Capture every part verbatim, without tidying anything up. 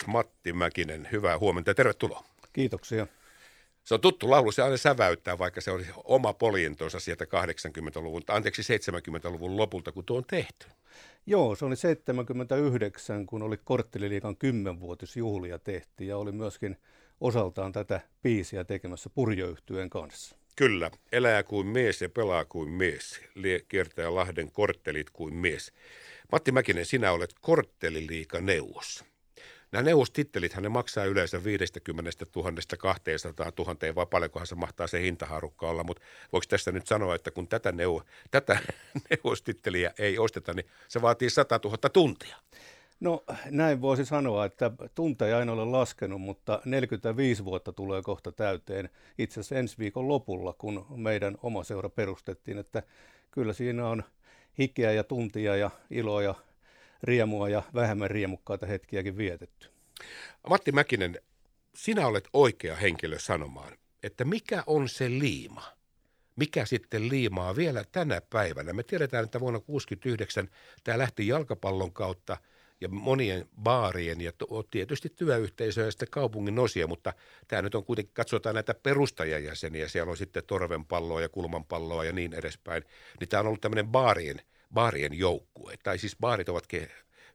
Matti Mäkinen, hyvää huomenta ja tervetuloa. Kiitoksia. Se on tuttu laulu, se aina säväyttää, vaikka se oli oma poljintonsa sieltä kahdeksankymmentäluvun, anteeksi seitsemänkymmentäluvun lopulta, kun tuo on tehty. Joo, se oli seitsemänkymmentäyhdeksän, kun oli Kortteliliigan kymmenvuotisjuhlia tehtiin ja oli myöskin osaltaan tätä biisiä tekemässä Purjo-yhtyeen kanssa. Kyllä, elää kuin mies ja pelaa kuin mies, kiertää Lahden korttelit kuin mies. Matti Mäkinen, sinä olet Kortteliliiga-neuvos. Nämä neuvostittelithän ne maksaa yleensä viidestäkymmenestätuhannesta kahteensataantuhanteen, vai paljonkohan se mahtaa se hintaharukka olla, mutta voiko tästä nyt sanoa, että kun tätä, neuvo, tätä neuvostitteliä ei osteta, niin se vaatii satatuhatta tuntia? No näin voisi sanoa, että tunteja en ole laskenut, mutta neljäkymmentäviisi vuotta tulee kohta täyteen itse asiassa ensi viikon lopulla, kun meidän oma seura perustettiin, että kyllä siinä on hikeä ja tuntia ja iloa ja riemua ja vähemmän riemukkaita hetkiäkin vietetty. Matti Mäkinen, sinä olet oikea henkilö sanomaan, että mikä on se liima? Mikä sitten liimaa vielä tänä päivänä? Me tiedetään, että vuonna tuhatyhdeksänsataakuusikymmentäyhdeksän tämä lähti jalkapallon kautta ja monien baarien ja tietysti työyhteisöjä ja sitten kaupungin osia, mutta tämä nyt on kuitenkin, katsotaan näitä perustajajäseniä, siellä on sitten torvenpalloa ja kulmanpalloa ja niin edespäin, niin tämä on ollut tämmöinen baarien baarien joukkue, tai siis baarit ovat ke-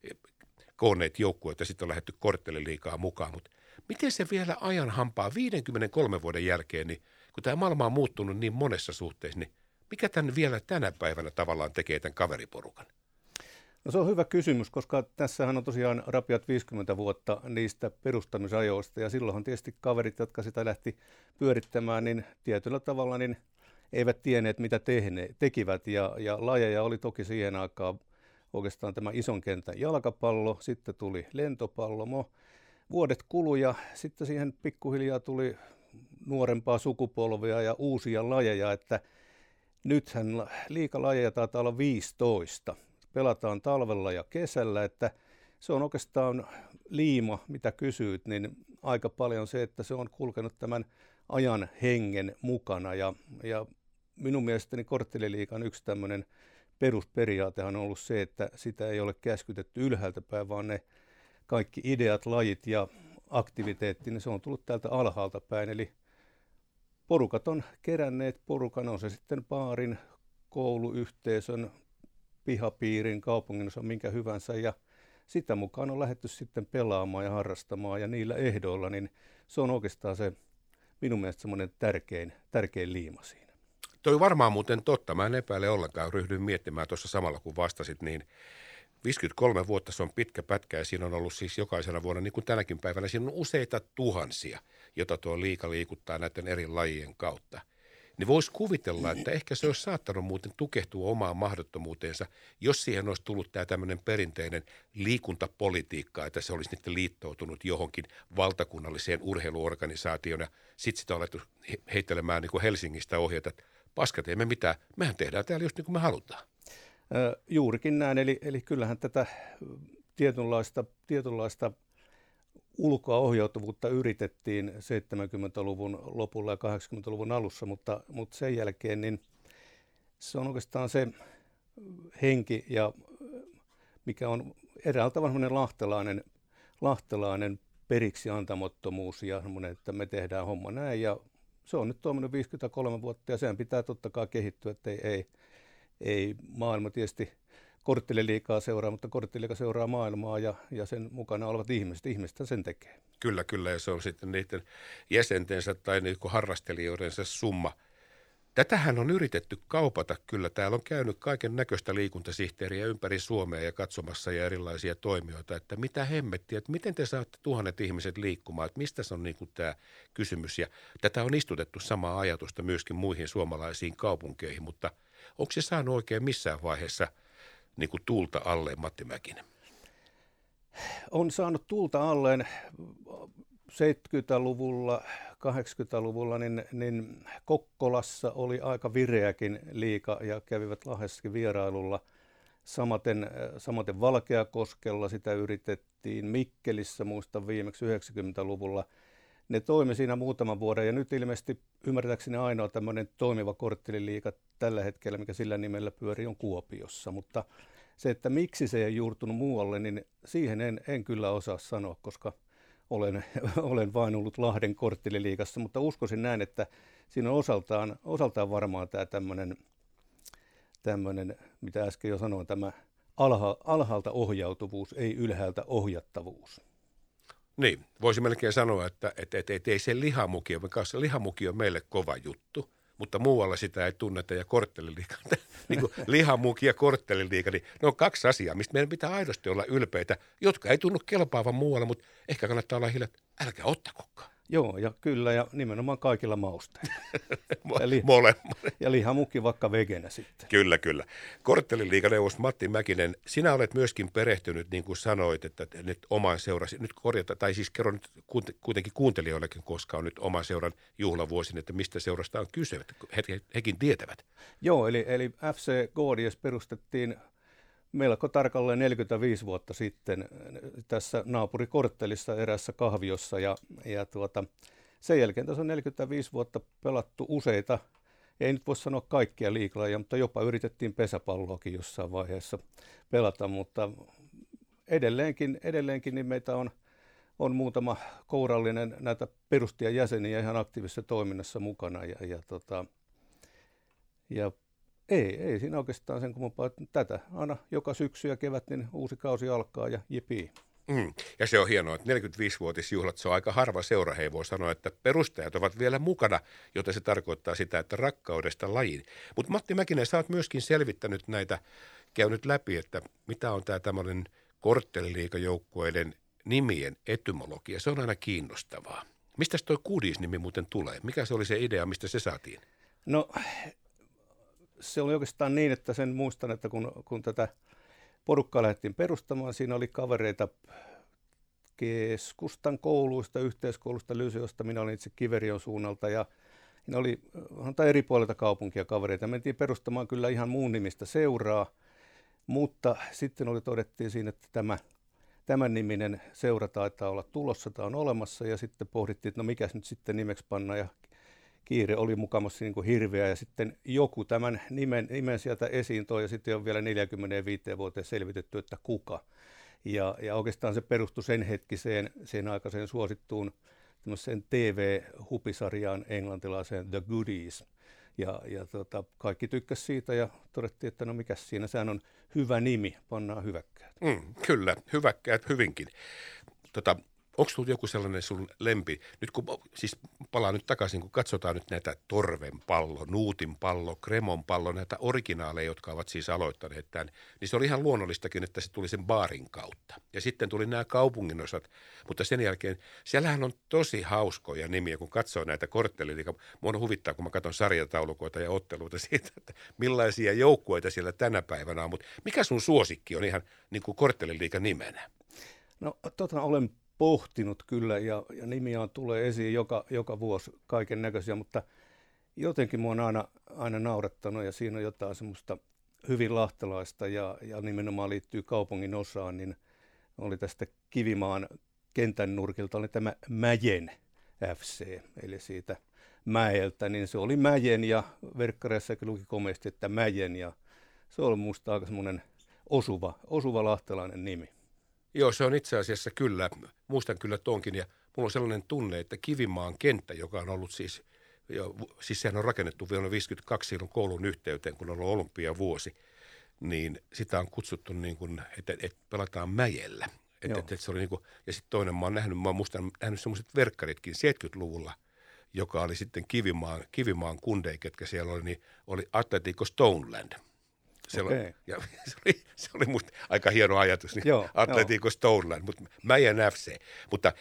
koonneet joukkueet ja sitten on lähdetty Kortteliliigaa mukaan, mutta miten se vielä ajan hampaa viidenkymmenenkolmen vuoden jälkeen, niin kun tämä maailma on muuttunut niin monessa suhteessa, niin mikä tämän vielä tänä päivänä tavallaan tekee tämän kaveriporukan? No se on hyvä kysymys, koska tässähän on tosiaan rapiat viisikymmentä vuotta niistä perustamisajoista, ja silloinhan tietysti kaverit, jotka sitä lähti pyörittämään, niin tietyllä tavalla niin eivät tienneet, mitä tehne, tekivät, ja, ja lajeja oli toki siihen aikaan oikeastaan tämä ison kentän jalkapallo, sitten tuli lentopallo, mo, vuodet kului ja sitten siihen pikkuhiljaa tuli nuorempaa sukupolvia ja uusia lajeja, että nythän liigalajeja taitaa olla viisitoista, pelataan talvella ja kesällä, että se on oikeastaan liima, mitä kysyit, niin aika paljon se, että se on kulkenut tämän ajan hengen mukana, ja, ja minun mielestäni Kortteliliigan yksi tämmöinen perusperiaatehan on ollut se, että sitä ei ole käskytetty ylhäältä päin, vaan ne kaikki ideat, lajit ja aktiviteetti, niin se on tullut täältä alhaalta päin. Eli porukat on keränneet porukan, on se sitten baarin, kouluyhteisön, pihapiirin, kaupunginosan, minkä hyvänsä, ja sitä mukaan on lähdetty sitten pelaamaan ja harrastamaan, ja niillä ehdoilla, niin se on oikeastaan se minun mielestä semmoinen tärkein, tärkein liima siinä. Toi varmaan muuten totta. Mä en epäile ollenkaan. Ryhdyin miettimään tuossa samalla, kun vastasit, niin viisikymmentäkolme vuotta se on pitkä pätkä, ja siinä on ollut siis jokaisena vuonna, niin kuin tänäkin päivänä, siinä on useita tuhansia, jota tuo liiga liikuttaa näiden eri lajien kautta. Niin voisi kuvitella, että ehkä se olisi saattanut muuten tukehtua omaan mahdottomuuteensa, jos siihen olisi tullut tämä tämmöinen perinteinen liikuntapolitiikka, että se olisi nyt liittoutunut johonkin valtakunnalliseen urheiluorganisaatioon, ja sitten sitä on alettu heittelemään niin kuin Helsingistä ohjeita, että paskat, ei me mitään, mehän tehdään täällä just niin kuin me halutaan. Ö, juurikin näin, eli, eli kyllähän tätä tietynlaista, tietynlaista ulkoa ohjautuvuutta yritettiin seitsemänkymmentäluvun lopulla ja kahdeksankymmentäluvun alussa, mutta, mutta sen jälkeen niin se on oikeastaan se henki, ja mikä on eräällä tavalla lahtelainen, lahtelainen periksi antamattomuus ja semmoinen, että me tehdään homma näin, ja se on nyt toiminut viisikymmentäkolme vuotta, ja sen pitää totta kai kehittyä, että ei, ei, ei maailma tietysti Kortteliliigaa seuraa, mutta Kortteliliiga seuraa maailmaa, ja, ja sen mukana olevat ihmiset, ihmistä sen tekee. Kyllä, kyllä, ja se on sitten niiden jäsentensä tai niin kuin harrastelijoidensa summa. Tätähän on yritetty kaupata kyllä. Täällä on käynyt kaiken näköistä liikuntasihteeriä ympäri Suomea ja katsomassa ja erilaisia toimijoita, että mitä hemmettiä, että miten te saatte tuhannet ihmiset liikkumaan, että mistä se on niin kuin tämä kysymys. Ja tätä on istutettu samaa ajatusta myöskin muihin suomalaisiin kaupunkeihin, mutta onko se saanut oikein missään vaiheessa niin kuin tuulta alleen, Matti Mäkinen? On saanut tuulta alleen seitsemänkymmentäluvulla, kahdeksankymmentäluvulla, niin, niin Kokkolassa oli aika vireäkin liiga ja kävivät Lahdessakin vierailulla. Samaten, samaten Valkeakoskella sitä yritettiin, Mikkelissä muistan viimeksi yhdeksänkymmentäluvulla. Ne toimi siinä muutaman vuoden, ja nyt ilmeisesti ymmärtääkseni ainoa tämmöinen toimiva kortteliliiga tällä hetkellä, mikä sillä nimellä pyörii, on Kuopiossa. Mutta se, että miksi se ei juurtunut muualle, niin siihen en, en kyllä osaa sanoa, koska olen, olen vain ollut Lahden kortteliliigassa, mutta uskoisin näin, että siinä on osaltaan, osaltaan varmaan tämä tämmöinen, tämmöinen, mitä äsken jo sanoin, tämä alha, alhaalta ohjautuvuus, ei ylhäältä ohjattavuus. Niin, voisi melkein sanoa, että et, et, et, ei se lihamukio, se lihamuki on meille kova juttu, mutta muualla sitä ei tunneta ja kortteliliiga, niin kuin lihamuki ja kortteliliiga, niin ne on kaksi asiaa, mistä meidän pitää aidosti olla ylpeitä, jotka ei tunnu kelpaavan muualla, mutta ehkä kannattaa olla hiljaa, älkää ottakokaan. Joo, ja kyllä, ja nimenomaan kaikilla mausteilla. Li- Molemmat. Ja lihamukki vaikka vegenä sitten. Kyllä, kyllä. Kortteliliiganeuvos Matti Mäkinen, sinä olet myöskin perehtynyt, niin kuin sanoit, että nyt oman seurasi, nyt korjata, tai siis kerro nyt kuitenkin kuuntelijoillekin, koska on nyt oman seuran juhlavuosin, että mistä seurasta on kyse, että he, he, hekin tietävät. Joo, eli, eli F C Goodies perustettiin melko tarkalleen neljäkymmentäviisi vuotta sitten tässä naapurikorttelissa erässä kahviossa ja, ja tuota, sen jälkeen tässä on neljäkymmentäviisi vuotta pelattu useita, ei nyt voi sanoa kaikkia liigalajia, mutta jopa yritettiin pesäpalloakin jossain vaiheessa pelata, mutta edelleenkin, edelleenkin niin meitä on, on muutama kourallinen näitä perustajajäseniä ihan aktiivisessa toiminnassa mukana ja, ja, tota, ja Ei, ei siinä oikeastaan sen kummempaa. Tätä aina joka syksy ja kevät, niin uusi kausi alkaa ja jipii. Mm. Ja se on hienoa, että neljäkymmentäviisivuotisjuhlat, se on aika harva seura, he voi sanoa, että perustajat ovat vielä mukana, joten se tarkoittaa sitä, että rakkaudesta lajiin. Mutta Matti Mäkinen, sä oot myöskin selvittänyt näitä, käynyt läpi, että mitä on tämä tämmöinen kortteliliigajoukkueiden nimien etymologia. Se on aina kiinnostavaa. Mistä toi Goodies-nimi muuten tulee? Mikä se oli se idea, mistä se saatiin? No, se oli oikeastaan niin, että sen muistan, että kun, kun tätä porukkaa lähdettiin perustamaan, siinä oli kavereita keskustan kouluista, yhteiskoulusta, Lyseosta, minä olin itse Kiverion suunnalta ja ne oli eri puolilta kaupunkia kavereita. Mentiin perustamaan kyllä ihan muun nimistä seuraa, mutta sitten oli todettiin siinä, että tämä, tämän niminen seura taitaa olla tulossa, tämä on olemassa ja sitten pohdittiin, että no mikäs nyt sitten nimeksi panna ja kiire oli mukamassa niin kuin hirveä ja sitten joku tämän nimen, nimen sieltä esiin toi ja sitten on vielä neljäkymmentäviisi vuoteen selvitetty, että kuka. Ja, ja oikeastaan se perustui sen hetkiseen, sen aikaiseen suosittuun T V-hupisarjaan englantilaiseen The Goodies. Ja, ja tota, kaikki tykkäsivät siitä ja todettiin, että no mikäs siinä, sehän on hyvä nimi, pannaan hyväkkäät. Mm, kyllä, hyväkkäät hyvinkin. Tota, onko sinulla joku sellainen sun lempi? Nyt kun, siis palaan nyt takaisin, kun katsotaan nyt näitä Torven pallo, Nuutin pallo, Kremon pallo, näitä originaaleja, jotka ovat siis aloittaneet tämän, niin se oli ihan luonnollistakin, että se tuli sen baarin kautta. Ja sitten tuli nämä kaupunginosat, mutta sen jälkeen, siellähän on tosi hauskoja nimiä, kun katsoo näitä kortteliliiga. Mua on huvittaa, kun mä katson sarjataulukoita ja otteluita siitä, että millaisia joukkueita siellä tänä päivänä on. Mutta mikä sun suosikki on ihan niin kuin kortteliliigan nimenä? No tota olen pohtinut kyllä ja, ja nimiä on, tulee esiin joka, joka vuosi kaiken näköisiä, mutta jotenkin mua on aina, aina naurattanut ja siinä on jotain semmoista hyvin lahtelaista ja, ja nimenomaan liittyy kaupungin osaan, niin oli tästä Kivimaan kentän nurkilta oli tämä Mäjen F C, eli siitä mäeltä, niin se oli Mäjen ja verkkareissakin luki komeasti, että Mäjen ja se oli musta aika semmoinen osuva, osuva lahtelainen nimi. Joo, se on itse asiassa kyllä, muistan kyllä tonkin ja mulla on sellainen tunne, että Kivimaan kenttä, joka on ollut siis, jo, siis sehän on rakennettu vuonna viisikymmentäkaksi silloin koulun yhteyteen, kun on ollut olympiavuosi, niin sitä on kutsuttu niin kuin, että, että pelataan mäjellä. Että, että se oli niin kuin, ja sitten toinen mä oon nähnyt, mä oon muistan nähnyt semmoiset verkkaritkin seitsemänkymmentäluvulla, joka oli sitten Kivimaan, Kivimaan kundeja, ketkä siellä oli, niin oli Atletico Stoneland. Se, okay. oli, ja se, oli, se oli musta aika hieno ajatus, niin joo, Atletico Stoneland, mutta Mäjen F C. Mutta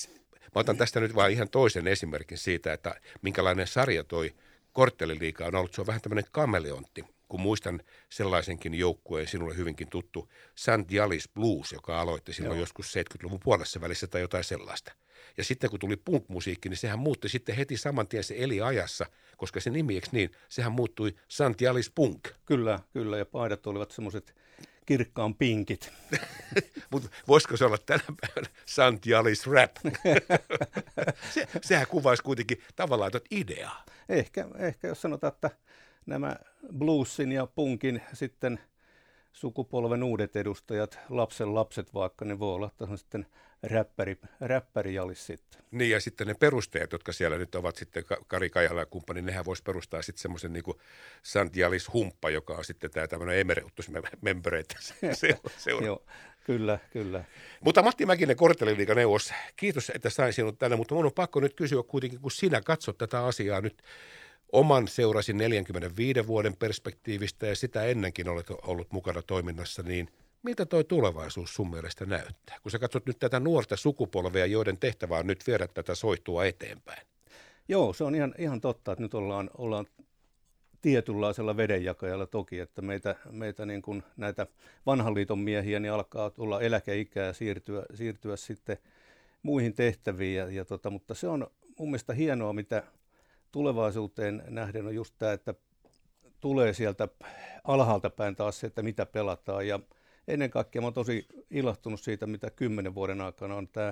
mä otan tästä nyt vaan ihan toisen esimerkin siitä, että minkälainen sarja toi kortteliliiga on ollut. Se on vähän tämmöinen kameleontti, kun muistan sellaisenkin joukkueen, sinulle hyvinkin tuttu, Saint Jalis Blues, joka aloitti silloin joo. joskus seitsemänkymmentäluvun puolessa välissä tai jotain sellaista. Ja sitten kun tuli punk-musiikki, niin sehän muuttui sitten heti saman tien, se eli ajassa, koska se nimi, eikö niin, sehän muuttui Saint Jalis Punk. Kyllä, kyllä, ja paidat olivat semmoiset kirkkaan pinkit. Mutta voisiko se olla tänä päivänä Saint Jalis Rap? se, sehän kuvaisi kuitenkin tavallaan tuota ideaa. Ehkä, ehkä jos sanotaan, että nämä bluesin ja punkin sitten sukupolven uudet edustajat, lapsen lapset vaikka, ne voi olla sitten räppäri, räppärijalis sitten. Niin ja sitten ne perustajat, jotka siellä nyt ovat sitten Kari Kaijala ja kumppani, nehän voisi perustaa sitten semmoisen niin kuin Santialis Humppa, joka on sitten tämä tämmöinen emeritusmembereitä seura. Joo, kyllä, kyllä. Mutta Matti Mäkinen, Kortteliliiganeuvos, kiitos, että sain sinut tänne, mutta minun on pakko nyt kysyä kuitenkin, kun sinä katsot tätä asiaa nyt oman seurasi neljänkymmenenviiden vuoden perspektiivistä ja sitä ennenkin olet ollut mukana toiminnassa, niin miltä toi tulevaisuus sun mielestä näyttää? Kun sä katsot nyt tätä nuorta sukupolvea, joiden tehtävä on nyt viedä tätä soihtua eteenpäin. Joo, se on ihan, ihan totta, että nyt ollaan, ollaan tietynlaisella vedenjakajalla toki, että meitä, meitä niin kuin näitä vanhan liiton miehiä niin alkaa tulla eläkeikää siirtyä, siirtyä sitten muihin tehtäviin, ja, ja tota, mutta se on mun mielestä hienoa, mitä tulevaisuuteen nähden on just tämä, että tulee sieltä alhaalta päin taas se, että mitä pelataan, ja ennen kaikkea mä oon tosi ilahtunut siitä, mitä kymmenen vuoden aikana on tämä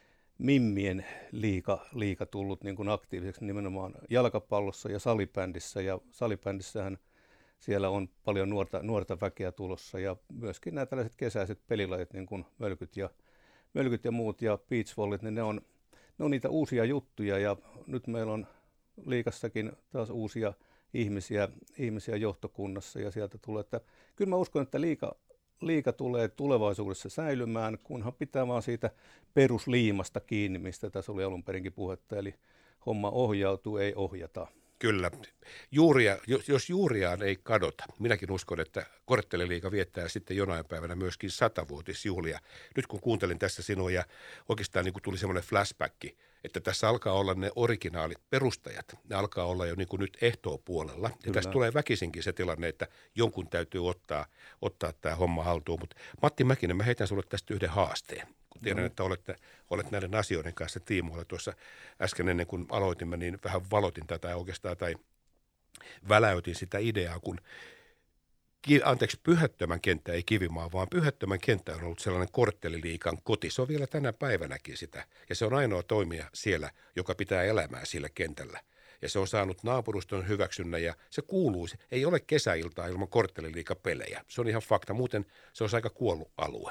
Mimmien liiga, liiga tullut niin kuin aktiiviseksi nimenomaan jalkapallossa ja salibändissä, ja salibändissähän siellä on paljon nuorta, nuorta väkeä tulossa, ja myöskin nämä tällaiset kesäiset pelilajit, niin kuin mölkyt ja, mölkyt ja muut, ja beachvollit, niin ne on, ne on niitä uusia juttuja, ja nyt meillä on liigassakin taas uusia ihmisiä, ihmisiä johtokunnassa, ja sieltä tulee, että kyllä mä uskon, että liiga Liiga tulee tulevaisuudessa säilymään, kunhan pitää vaan siitä perusliimasta kiinni, mistä tässä oli alun perinkin puhetta, eli homma ohjautuu, ei ohjata. Kyllä. Juuria, jos, jos juuriaan ei kadota, minäkin uskon, että Kortteliliiga viettää sitten jonain päivänä myöskin satavuotisjuhlia. Nyt kun kuuntelin tässä sinua ja oikeastaan niin kuin tuli semmoinen flashback, että tässä alkaa olla ne originaalit perustajat. Ne alkaa olla jo niin kuin nyt ehtoopuolella. Ja tässä tulee väkisinkin se tilanne, että jonkun täytyy ottaa, ottaa tämä homma haltuun. Mutta Matti Mäkinen, mä heitän sulle tästä yhden haasteen. Kun tiedän, no. että olette, olet näiden asioiden kanssa tiimoilla. Tuossa äsken ennen kuin aloitimme, niin vähän valotin tätä oikeastaan tai väläytin sitä ideaa, kun anteeksi, Pyhättömän kenttä ei Kivimaa, vaan Pyhättömän kenttä on ollut sellainen Kortteliliigan koti. Se on vielä tänä päivänäkin sitä. Ja se on ainoa toimija siellä, joka pitää elämää sillä kentällä. Ja se on saanut naapuruston hyväksynnän ja se kuuluu. Ei ole kesäiltaa ilman Kortteliliigapelejä. Se on ihan fakta. Muuten se on aika kuollut alue.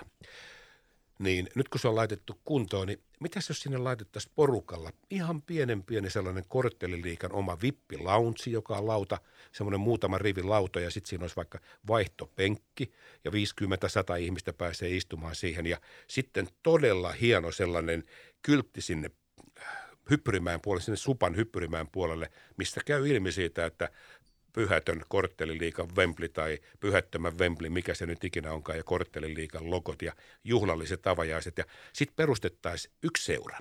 Niin nyt kun se on laitettu kuntoon, niin mitäs jos sinne laitettaisiin porukalla ihan pienen pieni sellainen Kortteliliigan oma vippilaunsi, joka on lauta, semmoinen muutama rivin lauta ja sitten siinä olisi vaikka vaihtopenkki ja viisikymmentä sata ihmistä pääsee istumaan siihen ja sitten todella hieno sellainen kyltti sinne Hyppyrimäen puolelle, sinne Supan Hyppyrimäen puolelle, mistä käy ilmi siitä, että Pyhätön Kortteliliigan Wembley tai Pyhättömän Wembley, mikä se nyt ikinä onkaan, ja Kortteliliigan logot ja juhlalliset avajaiset. Ja sitten perustettaisiin yksi seura.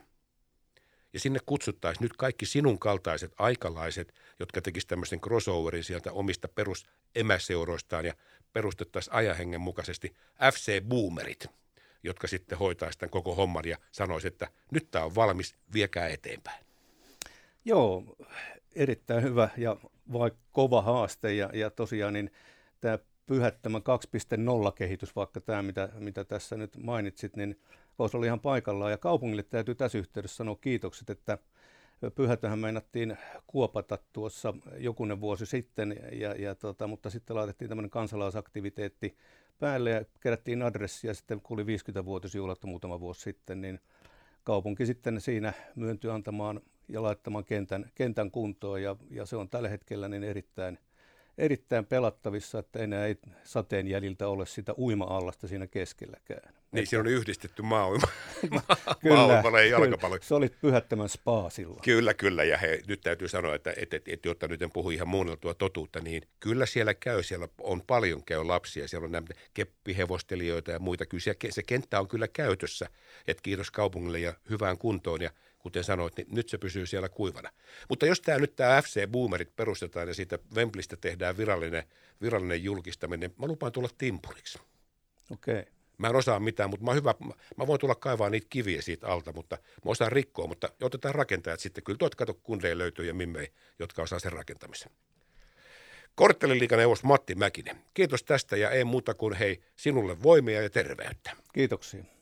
Ja sinne kutsuttaisiin nyt kaikki sinun kaltaiset aikalaiset, jotka tekisivät tämmöisen crossoverin sieltä omista perusemäseuroistaan ja perustettaisiin ajahengen mukaisesti F C Boomerit, jotka sitten hoitaisivat tämän koko homman ja sanoisivat, että nyt tämä on valmis, viekää eteenpäin. Joo, erittäin hyvä ja vaikka kova haaste ja, ja tosiaan niin tämä Pyhättömän kaksi piste nolla-kehitys, vaikka tämä mitä, mitä tässä nyt mainitsit, niin voisi olla ihan paikallaan. Ja kaupungille täytyy tässä yhteydessä sanoa kiitokset, että Pyhätöhän meinattiin kuopata tuossa jokunen vuosi sitten, ja, ja tota, mutta sitten laitettiin tämmöinen kansalaisaktiviteetti päälle ja kerättiin adressia, ja sitten kun oli viisikymmentävuotisjuhlat muutama vuosi sitten, niin kaupunki sitten siinä myöntyi antamaan ja laittamaan kentän, kentän kuntoon, ja, ja se on tällä hetkellä niin erittäin, erittäin pelattavissa, että enää ei sateen jäljiltä ole sitä uima-allasta siinä keskelläkään. Niin, että siinä on yhdistetty maa-uima. Kyllä, maa-uima ja jalkapallo. Se olit Pyhättömän spa silloin. Kyllä, kyllä, ja he, nyt täytyy sanoa, että et, et, et, jotta nyt en puhu ihan muunneltua totuutta, niin kyllä siellä käy, siellä on paljon käy lapsia, siellä on näitä keppihevostelijoita ja muita, kyllä se, se kenttä on kyllä käytössä, että kiitos kaupungille ja hyvään kuntoon, ja kuten sanoit, niin nyt se pysyy siellä kuivana. Mutta jos tämä nyt tämä F C Boomerit perustetaan ja siitä Wembleystä tehdään virallinen, virallinen julkistaminen, mä lupaan tulla timpuriksi. Okei. Okay. Mä en osaa mitään, mutta mä, hyvä, mä voin tulla kaivaa niitä kiviä siitä alta, mutta mä osaan rikkoa, mutta otetaan rakentajat sitten. Kyllä tuot kato kundeja löytyy ja mimmei, jotka osaa sen rakentamisen. Kortteliliiganeuvos Matti Mäkinen, kiitos tästä ja ei muuta kuin hei sinulle voimia ja terveyttä. Kiitoksia.